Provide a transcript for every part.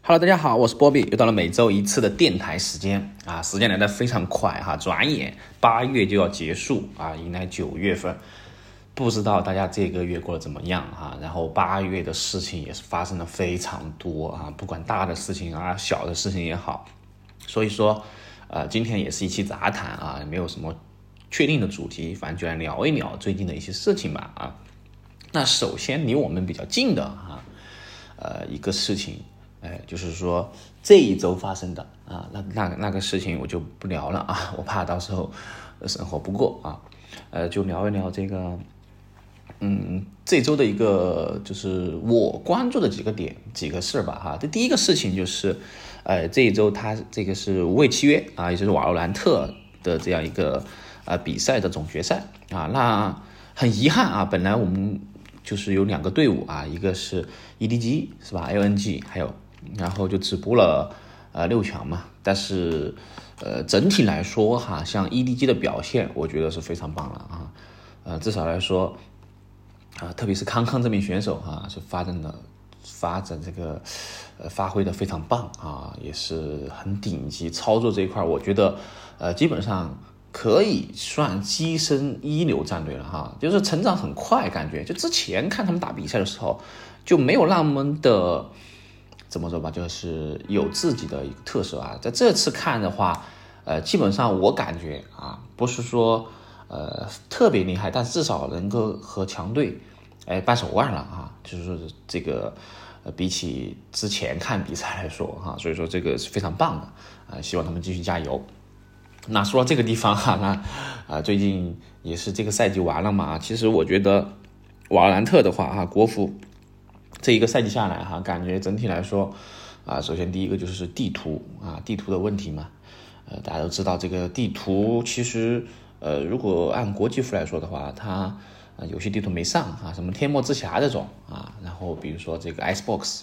Hello， 大家好，我是波比，又到了每周一次的电台时间啊，时间来得非常快哈，转眼8月就要结束啊，迎来9月份，不知道大家这个月过得怎么样啊？然后8月的事情也是发生的非常多啊，不管大的事情啊，小的事情也好，所以说今天也是一期杂谈啊，没有什么确定的主题，反正就来聊一聊最近的一些事情吧啊。那首先离我们比较近的一个事情。就是说这一周发生的啊，那个事情我就不聊了啊，我怕到时候生活不过啊，就聊一聊这个，这周的一个就是我关注的几个事吧哈。这第一个事情就是，这一周它这个是无畏契约啊，也就是瓦罗兰特的这样一个比赛的总决赛啊，那很遗憾啊，本来我们就是有2个队伍啊，一个是 EDG 是吧 ，LNG 然后就止步了6强嘛，但是整体来说哈，像 EDG 的表现，我觉得是非常棒了啊，至少来说特别是康这名选手是发展这个发挥的非常棒啊，也是很顶级，操作这一块我觉得基本上可以算跻身一流战队了哈，就是成长很快，感觉就之前看他们打比赛的时候就没有那么的。怎么说吧，就是有自己的一个特色啊。在这次看的话，基本上我感觉啊，不是说特别厉害，但至少能够和强队掰手腕了啊。就是说这个比起之前看比赛来说哈，所以说这个是非常棒的啊，希望他们继续加油。那说到这个地方那最近也是这个赛季完了嘛，其实我觉得瓦罗兰特的话国服。这一个赛季下来感觉整体来说首先第一个就是地图的问题嘛，大家都知道这个地图其实如果按国际服来说的话，它有些地图没上什么天幕之峡这种然后比如说这个 Icebox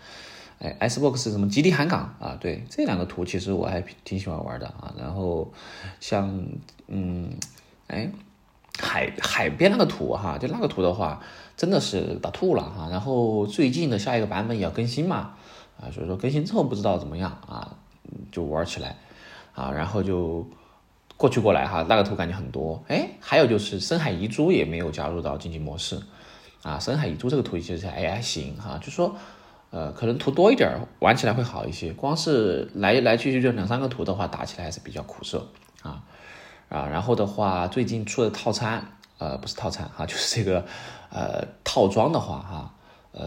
Icebox 是什么极地海港对，这2个图其实我还挺喜欢玩的然后像海边那个图就那个图的话真的是打吐了然后最近的下一个版本也要更新嘛所以说更新之后不知道怎么样就玩起来然后就过来那个图感觉很多还有就是深海遗珠也没有加入到竞技模式深海遗珠这个图其实还行就说可能图多一点玩起来会好一些，光是来去就2-3个图的话打起来还是比较苦涩然后的话最近出的套餐不是套餐就是这个套装的话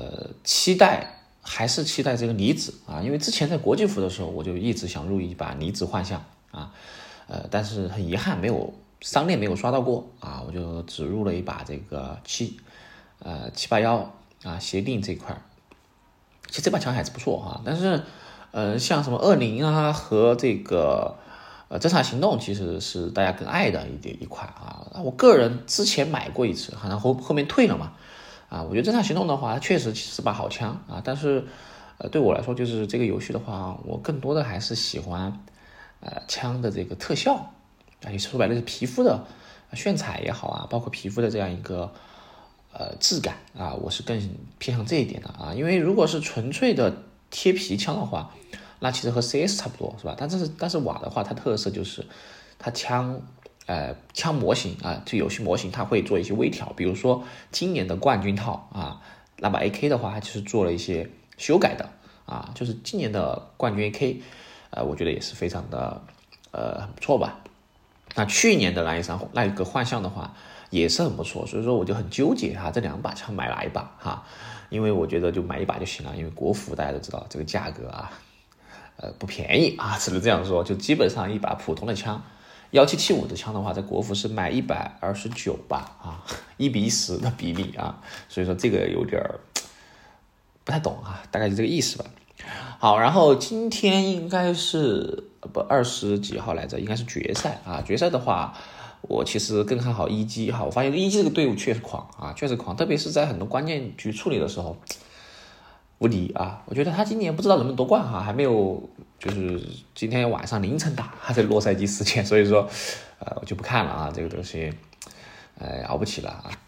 还是期待这个离子因为之前在国际服的时候我就一直想入一把离子幻象但是很遗憾没有商店没有刷到过我就只入了一把这个781协定这块，其实这把枪还是不错但是像什么20和这个侦察行动其实是大家更爱的一款我个人之前买过一次然后后面退了嘛我觉得侦察行动的话它确实是把好枪但是对我来说就是这个游戏的话我更多的还是喜欢枪的这个特效也说白了是皮肤的炫彩也好包括皮肤的这样一个质感我是更偏向这一点的因为如果是纯粹的贴皮枪的话那其实和 CS 差不多是吧？但是瓦的话，它特色就是它枪模型就游戏模型，它会做一些微调，比如说今年的冠军套那把 AK 的话，它其实做了一些修改的就是今年的冠军 AK，我觉得也是非常的很不错吧。那去年的蓝衣山那个幻象的话也是很不错，所以说我就很纠结这2把枪买哪一把因为我觉得就买一把就行了，因为国服大家都知道这个价格不便宜只能这样说，就基本上一把普通的枪1775的枪的话，在国服是卖129吧1:10的比例所以说这个有点不太懂大概是这个意思吧。好，然后今天应该是20几号来着，应该是决赛决赛的话我其实更看好1G我发现1G这个队伍确实狂特别是在很多关键局处理的时候无敌我觉得他今年不知道能不能夺冠还没有，就是今天晚上凌晨打在洛杉矶时间，所以说我就不看了这个东西熬不起了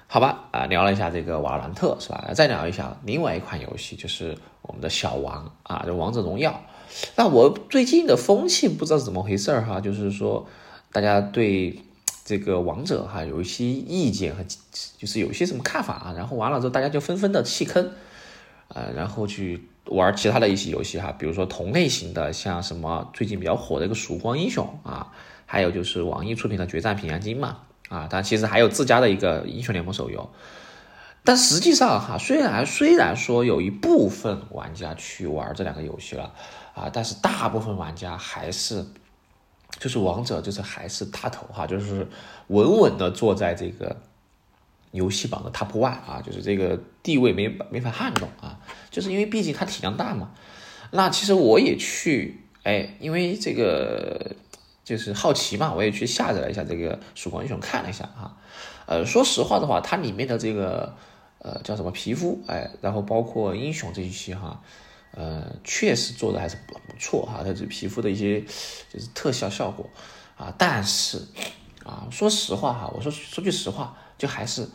好吧，聊了一下这个瓦罗兰特是吧？再聊一下另外一款游戏，就是我们的小王啊，就王者荣耀。那我最近的风气不知道是怎么回事哈，就是说大家对这个王者哈有一些意见和就是有一些什么看法啊，然后完了之后大家就纷纷的弃坑，然后去玩其他的一些游戏哈，比如说同类型的，像什么最近比较火的一个曙光英雄啊，还有就是网易出品的决战平阳金嘛。当然其实还有自家的一个英雄联盟手游，但实际上哈，虽然说有一部分玩家去玩这两个游戏了但是大部分玩家还是就是王者就是还是大头哈，就是稳稳的坐在这个游戏榜的 top one 就是这个地位没法撼动就是因为毕竟它体量大嘛。那其实我也去因为这个就是好奇嘛，我也去下载了一下这个曙光英雄，看了一下说实话的话，它里面的这个叫什么皮肤然后包括英雄这一些确实做的还是不错它这皮肤的一些就是特效效果但是说实话我说句实话，就还是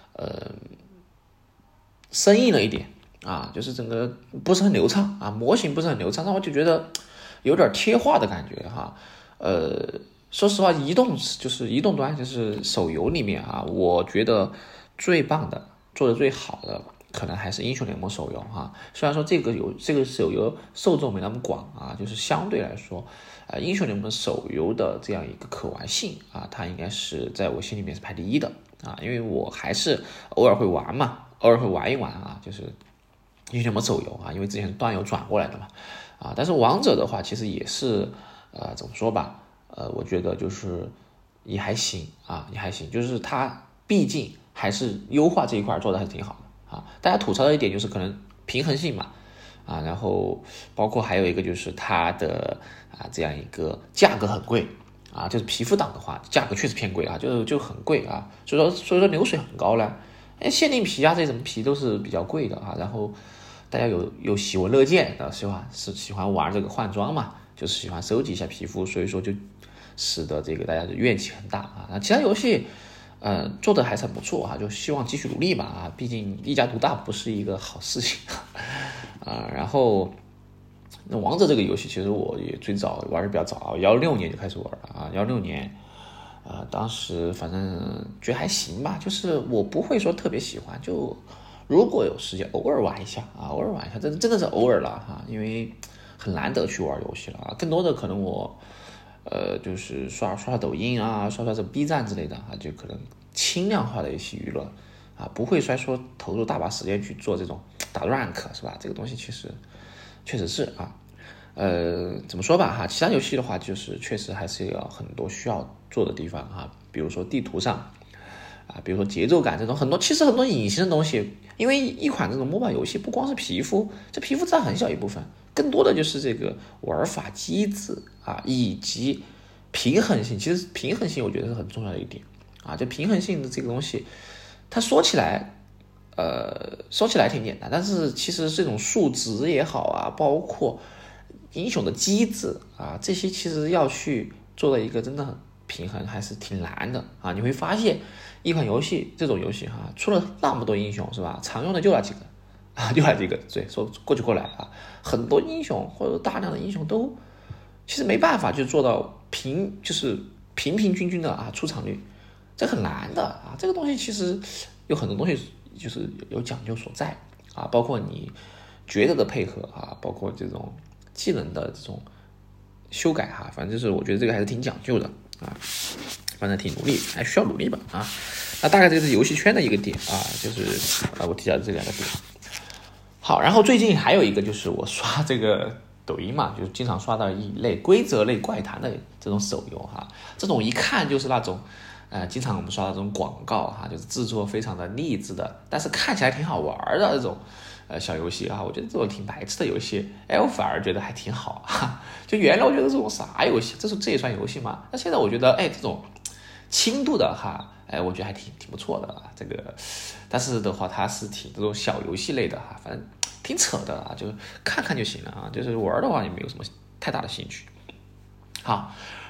生硬了一点就是整个不是很流畅模型不是很流畅，让我就觉得有点贴画的感觉说实话，移动端就是手游里面我觉得最棒的、做的最好的，可能还是英雄联盟手游虽然说这个手游受众没那么广就是相对来说，英雄联盟手游的这样一个可玩性它应该是在我心里面是排第一的因为我还是偶尔会玩嘛，偶尔会玩一玩就是英雄联盟手游因为之前是端游转过来的嘛但是王者的话，其实也是怎么说吧。我觉得就是也还行也还行，就是它毕竟还是优化这一块做的还是挺好的大家吐槽的一点就是可能平衡性嘛然后包括还有一个就是它的这样一个价格很贵就是皮肤党的话价格确实偏贵就很贵所以说流水很高了，限定皮这种皮都是比较贵的然后大家有喜闻乐见的喜欢玩这个换装嘛，就是喜欢收集一下皮肤，所以说就使得这个大家的怨气很大那其他游戏做的还是很不错就希望继续努力吧毕竟一家独大不是一个好事情然后那王者这个游戏其实我也最早玩的比较早16年就开始玩了16年当时反正觉得还行吧，就是我不会说特别喜欢，就如果有时间偶尔玩一下真的是偶尔了因为很难得去玩游戏了更多的可能我就是刷抖音刷这 B 站之类的就可能轻量化的一些娱乐不会说投入大把时间去做这种打 rank 是吧？这个东西确实是怎么说吧其他游戏的话就是确实还是有很多需要做的地方比如说地图上比如说节奏感这种其实很多隐形的东西，因为一款这种 MOBA 游戏不光是皮肤，这皮肤占很小一部分，更多的就是这个玩法机制以及平衡性。其实平衡性我觉得是很重要的一点就平衡性的这个东西，它说起来挺简单，但是其实这种数值也好包括英雄的机制这些其实要去做到一个真的很平衡还是挺难的你会发现一款游戏这种游戏出了那么多英雄是吧？常用的就那几个对，说过去过来很多英雄或者大量的英雄都其实没办法就做到就是平均均的出场率，这很难的这个东西其实有很多东西就是有讲究所在包括你角色的配合包括这种技能的这种修改反正就是我觉得这个还是挺讲究的反正挺努力，还需要努力吧那大概这个是游戏圈的一个点就是我提到的这两个点。好，然后最近还有一个就是我刷这个抖音嘛，就是经常刷到一类规则类怪谈的这种手游这种一看就是那种经常我们刷到这种广告就是制作非常的励志的，但是看起来挺好玩的这种小游戏我觉得这种挺白痴的游戏我反而觉得还挺好就原来我觉得这种啥游戏，这也算游戏吗？那现在我觉得这种轻度的我觉得还挺不错的这个，但是的话它是挺这种小游戏类的反正挺扯的就看看就行了就是玩的话也没有什么太大的兴趣。好，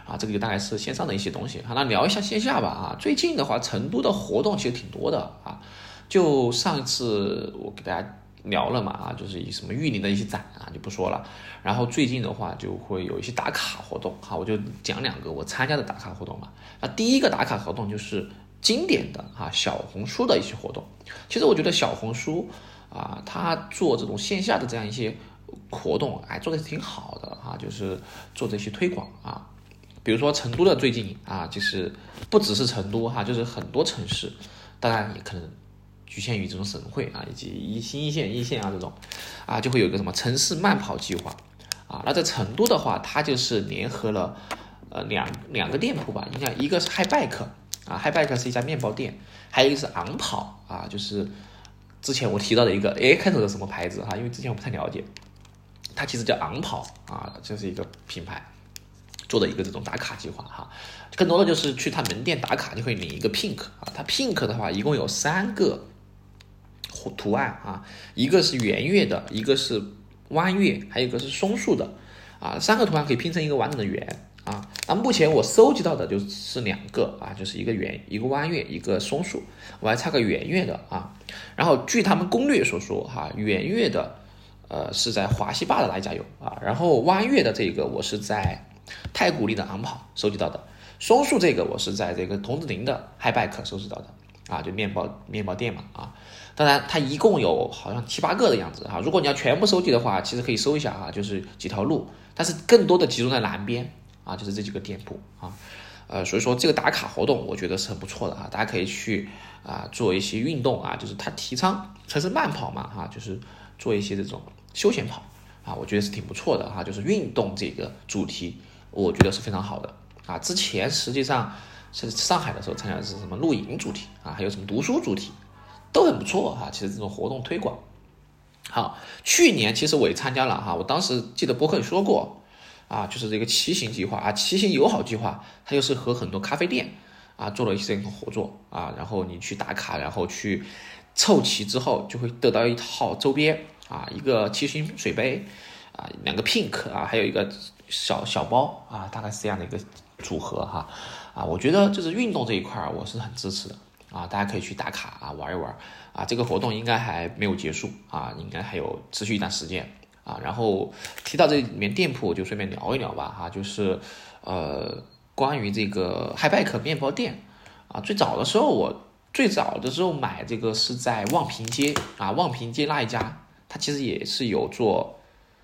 啊，这个就大概是线上的一些东西啊。那聊一下线下吧啊，最近的话，成都的活动其实挺多的啊。就上一次我给大家聊了嘛啊，就是以什么玉林的一些展啊就不说了。然后最近的话就会有一些打卡活动啊，我就讲2个我参加的打卡活动嘛。那第一个打卡活动就是经典的啊小红书的一些活动。其实我觉得小红书啊，它做这种线下的这样一些活动，哎，做的挺好的啊，就是做这些推广啊。比如说成都的最近啊，就是不只是成都哈，就是很多城市，当然也可能局限于这种省会啊，以及新一线、一线啊这种啊，就会有一个什么城市慢跑计划啊。那在成都的话，它就是联合了两个店铺吧，应该一个是 HiBike 啊，HiBike 是一家面包店，还有一个是昂跑啊，就是之前我提到的一个 A 开头的什么牌子哈，因为之前我不太了解，它其实叫昂跑啊，这是一个品牌做的一个这种打卡计划哈，更多的就是去他门店打卡就会领一个 pink 啊，它 pink 的话一共有3个图案啊，一个是圆月的，一个是弯月，还有一个是松树的啊，3个图案可以拼成一个完整的圆啊。那目前我收集到的就是2个啊，就是一个圆，一个弯月，一个松树，我还差个圆月的啊。然后据他们攻略所说哈，圆月的是在华西坝的那一家有啊，然后弯月的这个我是在太古里的昂跑收集到的，松树这个我是在这个桐梓林的 HiBike 收集到的啊，就面包店嘛啊。当然它一共有好像7、8个的样子啊，如果你要全部收集的话，其实可以搜一下啊，就是几条路，但是更多的集中在南边啊，就是这几个店铺啊。所以说这个打卡活动我觉得是很不错的啊，大家可以去啊做一些运动啊，就是它提倡城市慢跑嘛哈，就是做一些这种休闲跑啊，我觉得是挺不错的哈，就是运动这个主题我觉得是非常好的啊。之前实际上是上海的时候参加的是什么露营主题啊，还有什么读书主题都很不错哈，其实这种活动推广好。去年其实我也参加了哈，我当时记得播客里说过啊，就是这个骑行计划啊，骑行友好计划，它就是和很多咖啡店啊做了一些合作啊，然后你去打卡，然后去凑齐之后，就会得到一套周边啊，一个骑行水杯啊，2个 pink 啊，还有一个小包啊，大概是这样的一个组合哈啊，我觉得就是运动这一块我是很支持的啊，大家可以去打卡啊，玩一玩啊，这个活动应该还没有结束啊，应该还有持续一段时间。啊，然后提到这里面店铺，我就顺便聊一聊吧哈，就是关于这个 HiBike 面包店啊，最早的时候买这个是在望平街啊，望平街那一家，它其实也是有做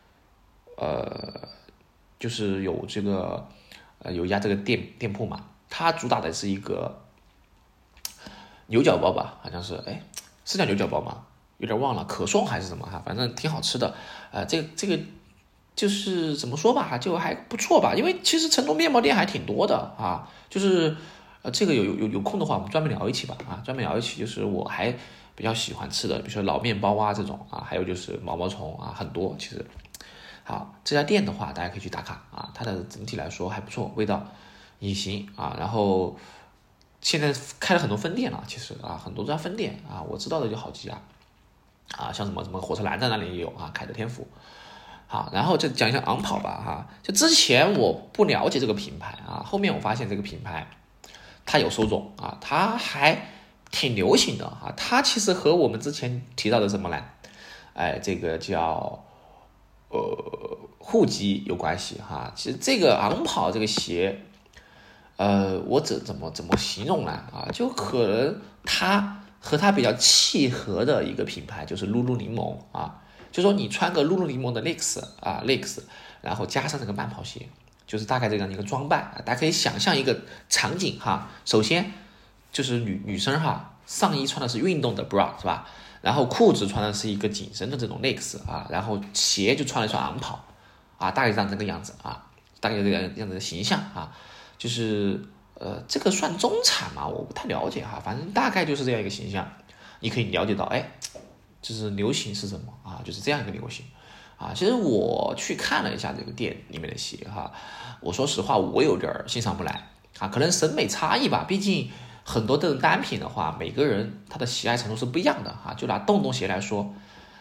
就是有这个有一家这个店铺嘛，它主打的是一个牛角包吧，好像是是叫牛角包吗？有点忘了，可颂还是什么哈，反正挺好吃的。这个就是怎么说吧，就还不错吧。因为其实成都面包店还挺多的啊，就是这个有空的话，我们专门聊一期吧啊，专门聊一期，就是我还比较喜欢吃的，比如说老面包啊这种啊，还有就是毛毛虫啊，很多其实。好，这家店的话，大家可以去打卡啊，它的整体来说还不错，味道也行啊，然后现在开了很多分店了，其实啊，很多家分店啊，我知道的有好几家。啊，像什么火车南站那里也有啊，凯德天府。好，然后就讲一下昂跑吧哈。就之前我不了解这个品牌啊，后面我发现这个品牌它有受众啊，它还挺流行的啊。它其实和我们之前提到的什么呢？这个叫户籍有关系哈。其实这个昂跑这个鞋，我怎么形容呢？啊，就可能它和它比较契合的一个品牌就是露露柠檬啊，就说你穿个露露柠檬的 Lex，然后加上这个慢跑鞋，就是大概这样一个装扮啊，大家可以想象一个场景哈。首先就是女生哈，上衣穿的是运动的 bra 是吧？然后裤子穿的是一个紧身的这种 Lex 啊，然后鞋就穿了一双昂跑啊，大概这个样子啊，大概这个样子的形象啊，就是这个算中产嘛，我不太了解哈，反正大概就是这样一个形象，你可以了解到，就是流行是什么啊，就是这样一个流行啊。其实我去看了一下这个店里面的鞋哈，我说实话我有点欣赏不来啊，可能审美差异吧，毕竟很多这种单品的话，每个人他的喜爱程度是不一样的哈。就拿洞洞鞋来说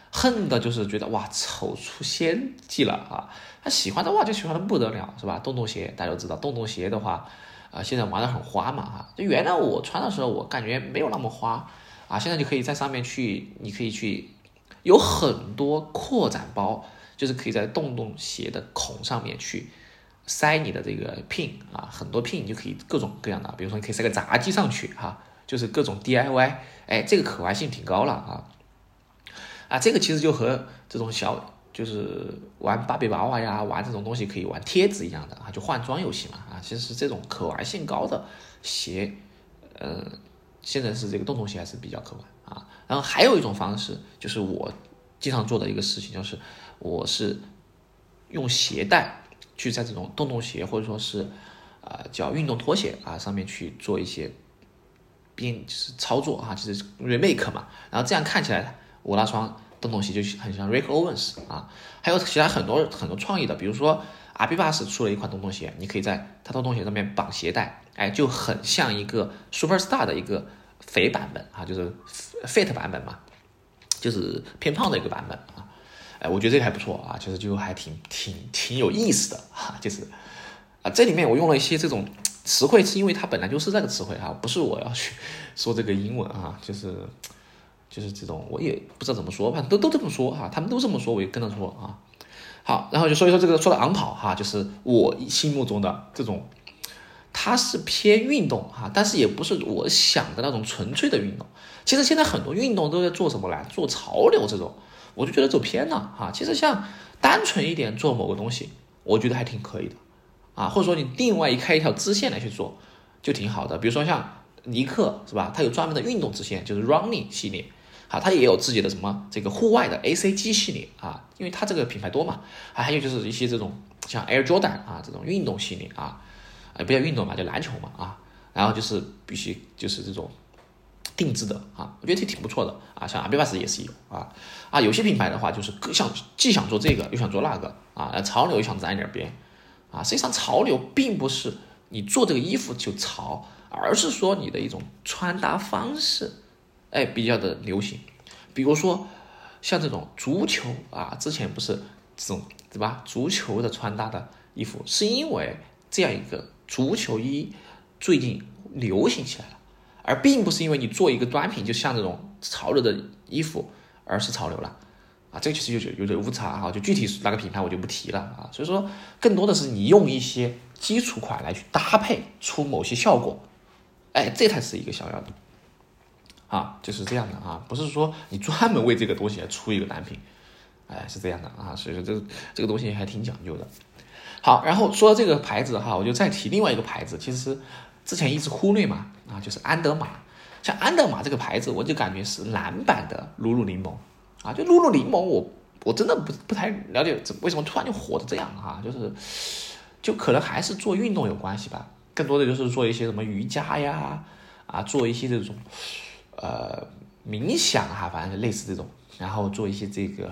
恨的就是觉得哇丑出仙迹了啊，他喜欢的话就喜欢的不得了，是吧？洞洞鞋大家都知道，洞洞鞋的话现在玩的很花嘛哈，就原来我穿的时候我感觉没有那么花啊，现在就可以在上面去，你可以去有很多扩展包，就是可以在洞洞鞋的孔上面去塞你的这个 pin 啊，很多 pin 你就可以各种各样的，比如说你可以塞个杂技上去哈，就是各种 DIY， 哎，这个可玩性挺高了这个其实就和这种就是玩芭比娃娃呀，玩这种东西可以玩贴纸一样的啊，就换装游戏嘛其实是这种可玩性高的鞋，现在是这个洞洞鞋还是比较可玩然后还有一种方式，就是我经常做的一个事情，就是我是用鞋带去在这种洞洞鞋或者说是叫运动拖鞋上面去做一些就是操作就是 remake 嘛，然后这样看起来我那双洞洞鞋就很像 Rick Owens 还有其他很多创意的，比如说阿比巴斯出了一款洞洞鞋，你可以在它洞洞鞋上面绑鞋带，就很像一个 Superstar 的一个肥版本就是 Fit 版本嘛，就是偏胖的一个版本我觉得这个还不错其实就还挺有意思的就是这里面我用了一些这种词汇，是因为它本来就是这个词汇不是我要去说这个英文就是这种我也不知道怎么说，反正都这么说他们都这么说，我也跟着说好，然后就说这个说到昂跑就是我心目中的这种，它是偏运动但是也不是我想的那种纯粹的运动。其实现在很多运动都在做什么来做潮流这种，我就觉得走偏了其实像单纯一点做某个东西，我觉得还挺可以的或者说你另外开一条支线来去做就挺好的。比如说像尼克是吧，他有专门的运动支线，就是 running 系列他也有自己的什么这个户外的 ACG 系列因为他这个品牌多嘛还有就是一些这种像 Air Jordan 这种运动系列不叫运动嘛，叫篮球嘛然后就是必须就是这种定制的我觉得这挺不错的像阿比巴斯也是有有些品牌的话就是既想做这个又想做那个潮流又想在那边实际上潮流并不是你做这个衣服就潮，而是说你的一种穿搭方式比较的流行。比如说像这种足球之前不是这种对吧，足球的穿搭的衣服是因为这样一个足球衣最近流行起来了，而并不是因为你做一个单品就像这种潮流的衣服而是潮流了这个其实有点误差就具体哪个品牌我就不提了所以说更多的是你用一些基础款来去搭配出某些效果这才是一个想要的就是这样的不是说你专门为这个东西来出一个单品是这样的所以说这个东西还挺讲究的。好，然后说到这个牌子我就再提另外一个牌子，其实之前一直忽略嘛就是安德玛。像安德玛这个牌子我就感觉是蓝版的露露柠檬就露露柠檬我真的不太了解为什么突然就火的这样就可能还是做运动有关系吧，更多的就是做一些什么瑜伽呀做一些这种冥想反正类似这种，然后做一些这个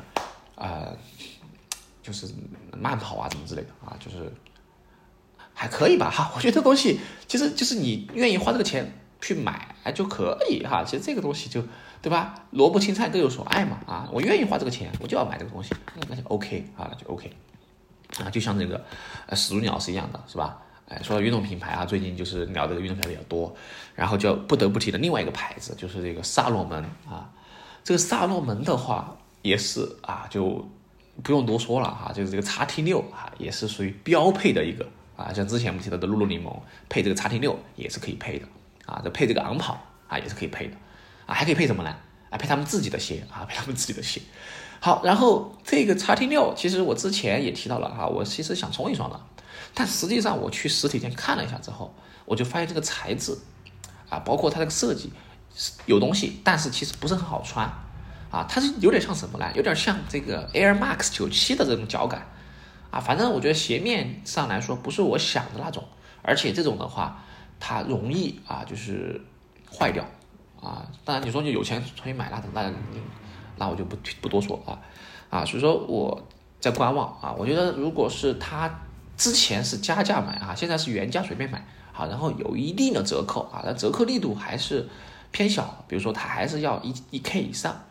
就是慢跑怎么之类的就是还可以吧我觉得这东西其实就是你愿意花这个钱去买就可以其实这个东西就对吧，萝卜青菜各有所爱嘛我愿意花这个钱我就要买这个东西，那就 OK 那就 OK 就像这个始祖鸟是一样的是吧。说到运动品牌最近就是聊这个运动品牌比较多，然后就不得不提的另外一个牌子就是这个萨洛门这个萨洛门的话也是就不用多说了就是这个 XT6 也是属于标配的一个像之前我们提到的露露柠檬配这个 XT6 也是可以配的这配这个昂跑也是可以配的还可以配什么呢配他们自己的鞋配他们自己的鞋。好，然后这个 XT6 其实我之前也提到了我其实想冲一双的，但实际上我去实体店看了一下之后，我就发现这个材质包括它这个设计有东西，但是其实不是很好穿它是有点像什么呢？有点像这个 Air Max 97的这种脚感反正我觉得鞋面上来说不是我想的那种，而且这种的话它容易就是坏掉当然你说你有钱可以买那我就不多说所以说我在观望我觉得如果是它之前是加价买现在是原价随便买然后有一定的折扣但折扣力度还是偏小，比如说它还是要1K 以上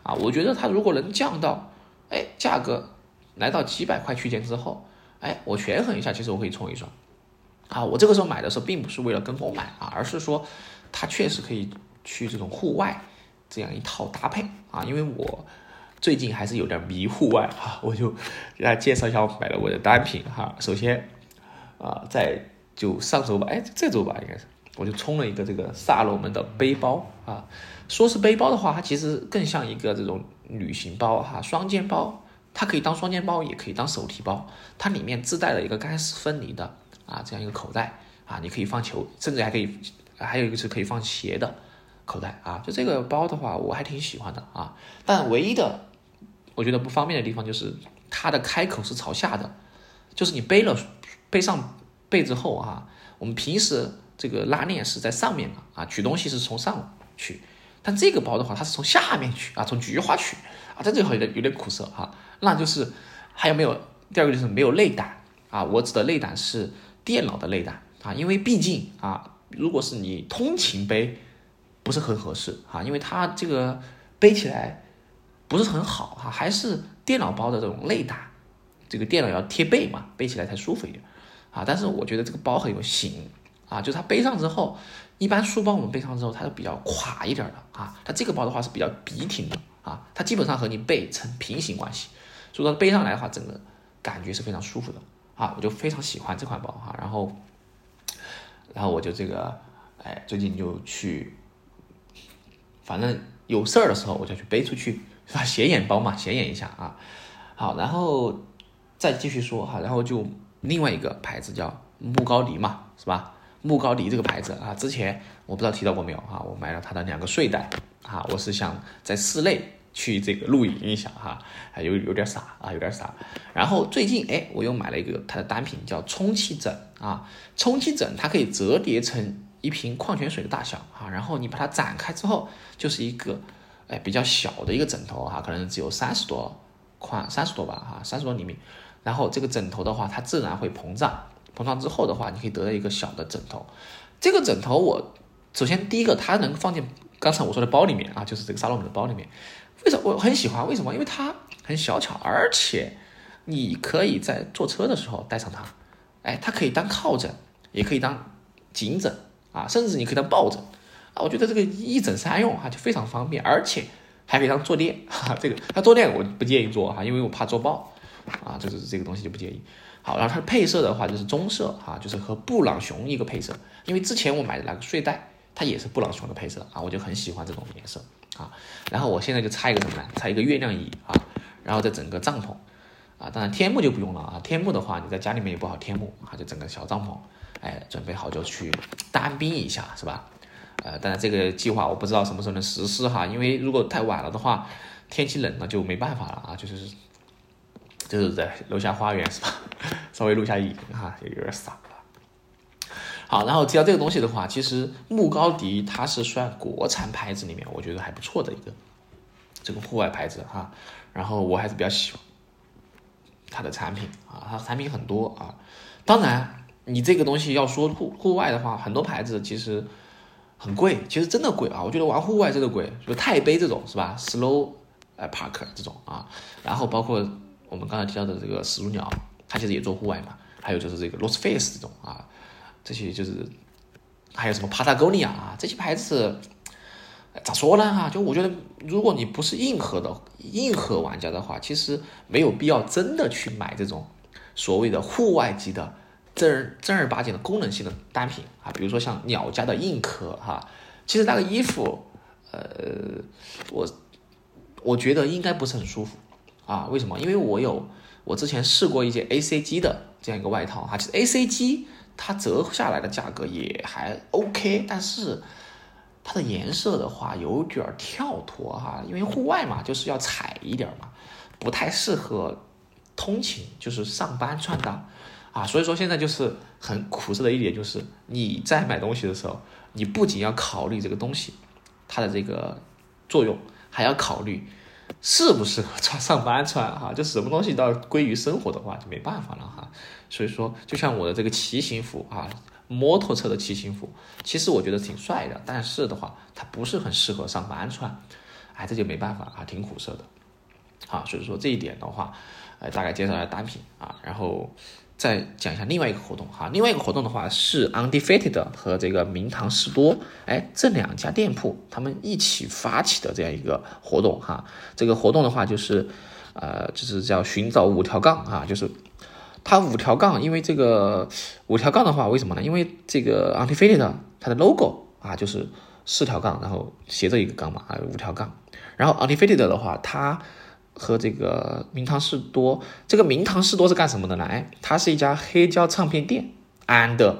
啊。我觉得它如果能降到价格来到几百块区间之后，我权衡一下，其实我可以冲一双啊。我这个时候买的时候并不是为了跟风买啊，而是说它确实可以去这种户外这样一套搭配啊。因为我最近还是有点迷户外哈，我就给大家介绍一下我买的我的单品哈。首先就上周吧，这周吧应该是，我就冲了一个这个萨洛门的背包啊。说是背包的话，它其实更像一个这种旅行包哈，双肩包，它可以当双肩包，也可以当手提包。它里面自带了一个干湿分离的这样一个口袋啊，你可以放球，甚至还有一个是可以放鞋的口袋啊。就这个包的话，我还挺喜欢的啊。但唯一的我觉得不方便的地方就是它的开口是朝下的，就是你背上背之后我们平时这个拉链是在上面的取东西是从上去，但这个包的话它是从下面去从菊花去这个有点苦涩那就是还有没有第二个就是没有内胆我指的内胆是电脑的内胆因为毕竟如果是你通勤背不是很合适因为它这个背起来不是很好还是电脑包的这种内胆，这个电脑要贴背嘛，背起来才舒服一点但是我觉得这个包很有型就是它背上之后，一般书包我们背上之后它是比较垮一点的它这个包的话是比较笔挺的它基本上和你背成平行关系，所以说背上来的话整个感觉是非常舒服的我就非常喜欢这款包然后我就这个最近就去，反正有事儿的时候我就去背出去显眼包嘛，显眼一下好，然后再继续说然后就另外一个牌子叫木高迪嘛，是吧？木高迪这个牌子之前我不知道提到过没有我买了它的2个睡袋我是想在室内去这个露营一下有点傻有点傻。然后最近我又买了一个它的单品叫充气枕充气枕它可以折叠成一瓶矿泉水的大小然后你把它展开之后就是一个比较小的一个枕头可能只有30多吧30多厘米。然后这个枕头的话它自然会膨胀之后的话你可以得到一个小的枕头。这个枕头我首先第一个它能放进刚才我说的包里面就是这个沙洛门的包里面。为什么我很喜欢？为什么？因为它很小巧，而且你可以在坐车的时候带上它它可以当靠枕，也可以当颈枕甚至你可以当抱枕我觉得这个一枕三用就非常方便，而且还可以当坐垫这个它坐垫我不建议做因为我怕做爆就是这个东西就不建议。好，然后它的配色的话就是棕色就是和布朗熊一个配色，因为之前我买的那个睡袋它也是布朗熊的配色我就很喜欢这种颜色然后我现在就插一个什么呢？插一个月亮椅然后在整个帐篷当然天幕就不用了天幕的话你在家里面也不好天幕就整个小帐篷准备好就去单兵一下，是吧？当然这个计划我不知道什么时候能实施因为如果太晚了的话，天气冷了就没办法了就是在楼下花园，是吧？稍微录下影有点傻了。好，然后提到这个东西的话，其实木高迪它是算国产牌子里面我觉得还不错的一个这个户外牌子然后我还是比较喜欢它的产品它的产品很多当然你这个东西要说户外的话，很多牌子其实很贵，其实真的贵我觉得玩户外真的贵，就钛杯这种是吧 ，Slow Park 这种然后包括我们刚才提到的这个始祖鸟，它其实也做户外嘛，还有就是这个 North Face 这种这些就是还有什么 Patagonia 这些牌子咋说呢就我觉得如果你不是硬核玩家的话，其实没有必要真的去买这种所谓的户外级的正儿八经的功能性的单品比如说像鸟家的硬壳其实那个衣服我觉得应该不是很舒服为什么？因为我之前试过一件 ACG 的这样一个外套其实 ACG 它折下来的价格也还 OK， 但是它的颜色的话有点跳脱因为户外嘛就是要彩一点嘛，不太适合通勤就是上班穿搭所以说现在就是很苦涩的一点，就是你在买东西的时候，你不仅要考虑这个东西它的这个作用，还要考虑适不适合上班穿就什么东西都要归于生活的话就没办法了所以说就像我的这个骑行服摩托车的骑行服，其实我觉得挺帅的，但是的话它不是很适合上班穿这就没办法啊，挺苦涩的。好，所以说这一点的话，大概介绍一下单品啊，然后再讲一下另外一个活动哈。另外一个活动的话是 Undefeated 和这个明堂士多，这两家店铺他们一起发起的这样一个活动哈。这个活动的话就是叫寻找5条杠啊，就是它5条杠，因为这个5条杠的话，为什么呢？因为这个 Undefeated 它的 logo 啊就是4条杠，然后斜着一个杠嘛，5条杠。然后 Undefeated 的话，它和这个明堂士多，这个明堂士多是干什么的呢？它是一家黑胶唱片店 and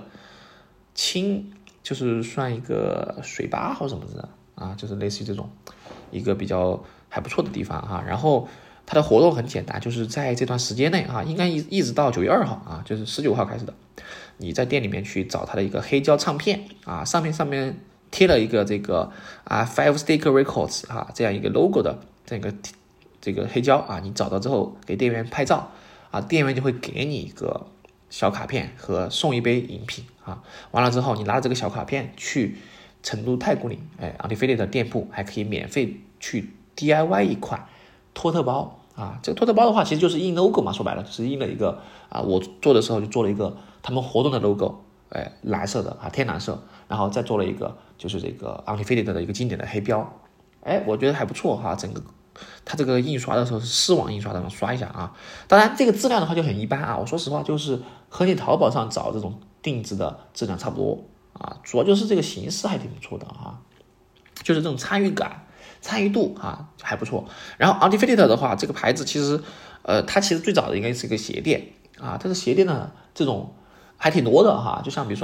就是算一个水吧或什么的啊，就是类似于这种一个比较还不错的地方哈。然后它的活动很简单，就是在这段时间内啊，应该一直到9月2号啊，就是19号开始的，你在店里面去找它的一个黑胶唱片啊，上面贴了一个这个Five Stick Records 这样一个 logo 的这个黑胶啊，你找到之后给店员拍照啊，店员就会给你一个小卡片和送一杯饮品啊。完了之后，你拿着这个小卡片去成都太古里Undefeated 的店铺，还可以免费去 DIY 一款托特包啊。这个托特包的话，其实就是印 logo 嘛，说白了就是印了一个我做的时候就做了一个他们活动的 logo，蓝色的天蓝色，然后再做了一个就是这个 Undefeated 的一个经典的黑标，我觉得还不错哈，整个。它这个印刷的时候是丝网印刷的，刷一下啊。当然这个质量的话就很一般啊，我说实话就是和你淘宝上找这种定制的质量差不多啊，主要就是这个形式还挺不错的啊，就是这种参与感、参与度还不错。然后 Undefeated 的话，这个牌子其实它其实最早的应该是一个鞋店啊，它的鞋店呢这种还挺多的哈，就像比如说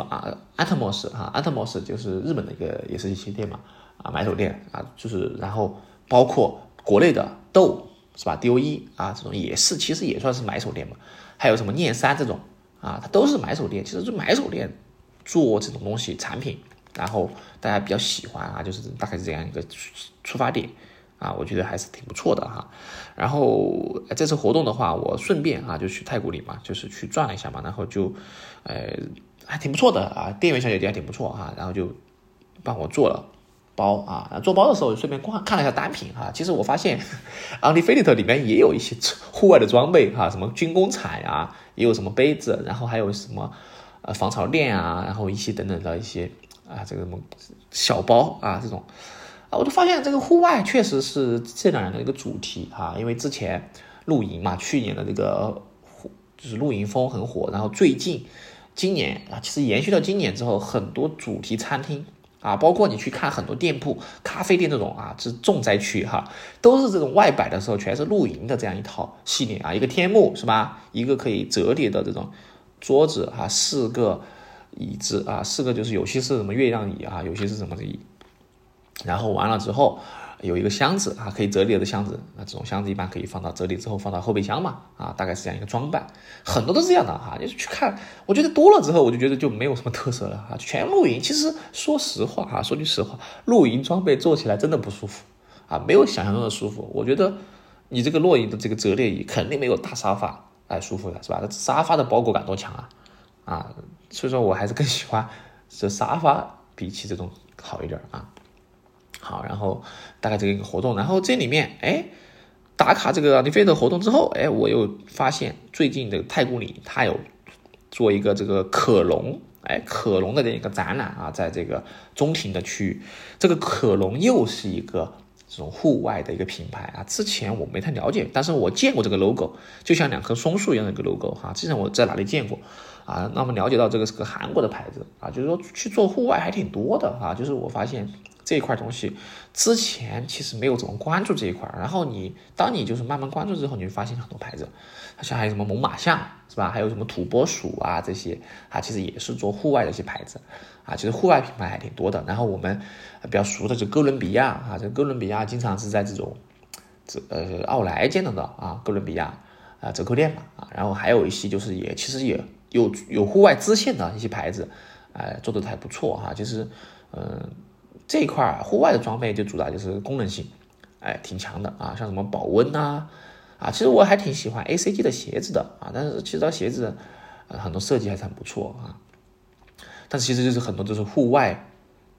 Atmos 就是日本的一个也是鞋店嘛买手店就是然后包括国内的豆是吧 DOE 这种其实也算是买手店嘛，还有什么念山这种它都是买手店。其实就买手店做这种东西产品，然后大家比较喜欢就是大概是这样一个出发点我觉得还是挺不错的哈。然后这次活动的话，我顺便就去太古里嘛，就是去转了一下嘛，然后就还挺不错的店员小姐姐还挺不错然后就帮我做了包做包的时候顺便看了一下单品其实我发现 Undefeated 里面也有一些户外的装备什么军工铲也有什么杯子，然后还有什么防潮链然后一些等等的一些这个什么小包这种我就发现这个户外确实是这两年的一个主题因为之前露营嘛，去年的这个就是露营风很火，然后今年其实延续到今年之后，很多主题餐厅包括你去看很多店铺咖啡店这种是重灾区都是这种外摆的时候全是露营的这样一套系列一个天幕是吧，一个可以折叠的这种桌子4个椅子4个就是有些是什么月亮椅有些是什么的椅，然后完了之后有一个箱子可以折叠的箱子，这种箱子一般可以放到折叠之后放到后备箱嘛大概是这样一个装扮，很多都是这样的就是去看，我觉得多了之后我就觉得就没有什么特色了全露营。其实说实话说句实话，露营装备做起来真的不舒服没有想象中的舒服。我觉得你这个露营的这个折叠椅肯定没有大沙发舒服的是吧，沙发的包裹感多强所以说我还是更喜欢这沙发比起这种好一点好，然后大概这个一个活动，然后这里面打卡这个 Undefeated 活动之后我又发现最近的太古里它有做一个这个可隆的这个展览在这个中庭的区域。这个可隆又是一个这种户外的一个品牌之前我没太了解，但是我见过这个 logo， 就像2棵松树一样的一个 logo 之前我在哪里见过那么了解到这个是个韩国的牌子就是说去做户外还挺多的就是我发现这一块东西之前其实没有怎么关注这一块，然后当你就是慢慢关注之后，你会发现很多牌子，像还有什么猛犸象是吧，还有什么土拨鼠这些其实也是做户外的一些牌子其实户外品牌还挺多的。然后我们比较熟的就哥伦比亚这哥伦比亚经常是在这种奥莱见到的哥伦比亚折扣店嘛然后还有一些就是其实也有户外支线的一些牌子做的还不错其实这一块户外的装备就主打就是功能性挺强的像什么保温其实我还挺喜欢 ACG 的鞋子的但是其实这鞋子很多设计还是很不错但是其实就是很多就是户外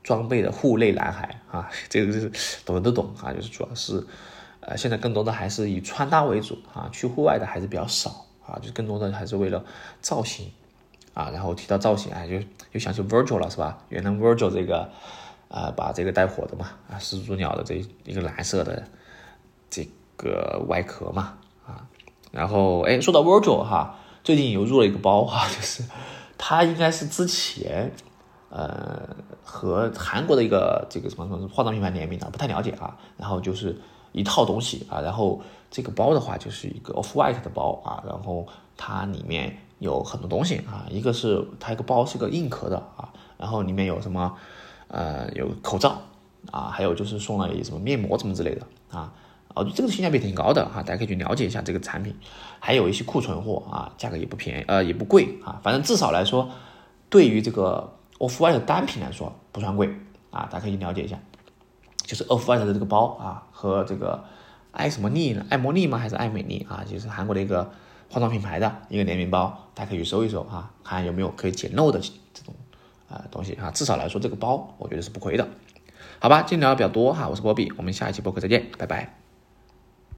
装备的户内男孩啊，这个就是懂的都懂啊，就是主要是现在更多的还是以穿搭为主啊，去户外的还是比较少啊，就更多的还是为了造型啊。然后提到造型，就想起 Virgil 了是吧？原来 Virgil 这个把这个带火的嘛啊，始祖鸟的这一个蓝色的这个外壳嘛啊。然后说到 Virgil 哈，最近又入了一个包哈，就是它应该是之前和韩国的一个这个什么化妆品牌联名的，不太了解啊。然后就是一套东西啊，然后这个包的话就是一个 Off-White 的包啊，然后它里面有很多东西啊，一个是它一个包是个硬壳的啊，然后里面有什么有口罩啊，还有就是送了什么面膜什么之类的啊。这个性价比挺高的哈，大家可以去了解一下这个产品，还有一些库存货啊，价格也不便宜，也不贵啊，反正至少来说，对于这个 Off-White 的单品来说不算贵啊，大家可以了解一下，就是 Off-White 的这个包啊，和这个爱什么丽呢？爱茉莉吗？还是爱美丽啊？就是韩国的一个化妆品牌的一个联名包，大家可以去搜一搜啊，看有没有可以捡漏的这种东西啊，至少来说这个包我觉得是不亏的。好吧，今天聊的比较多哈，我是波比，我们下一期播客再见，拜拜。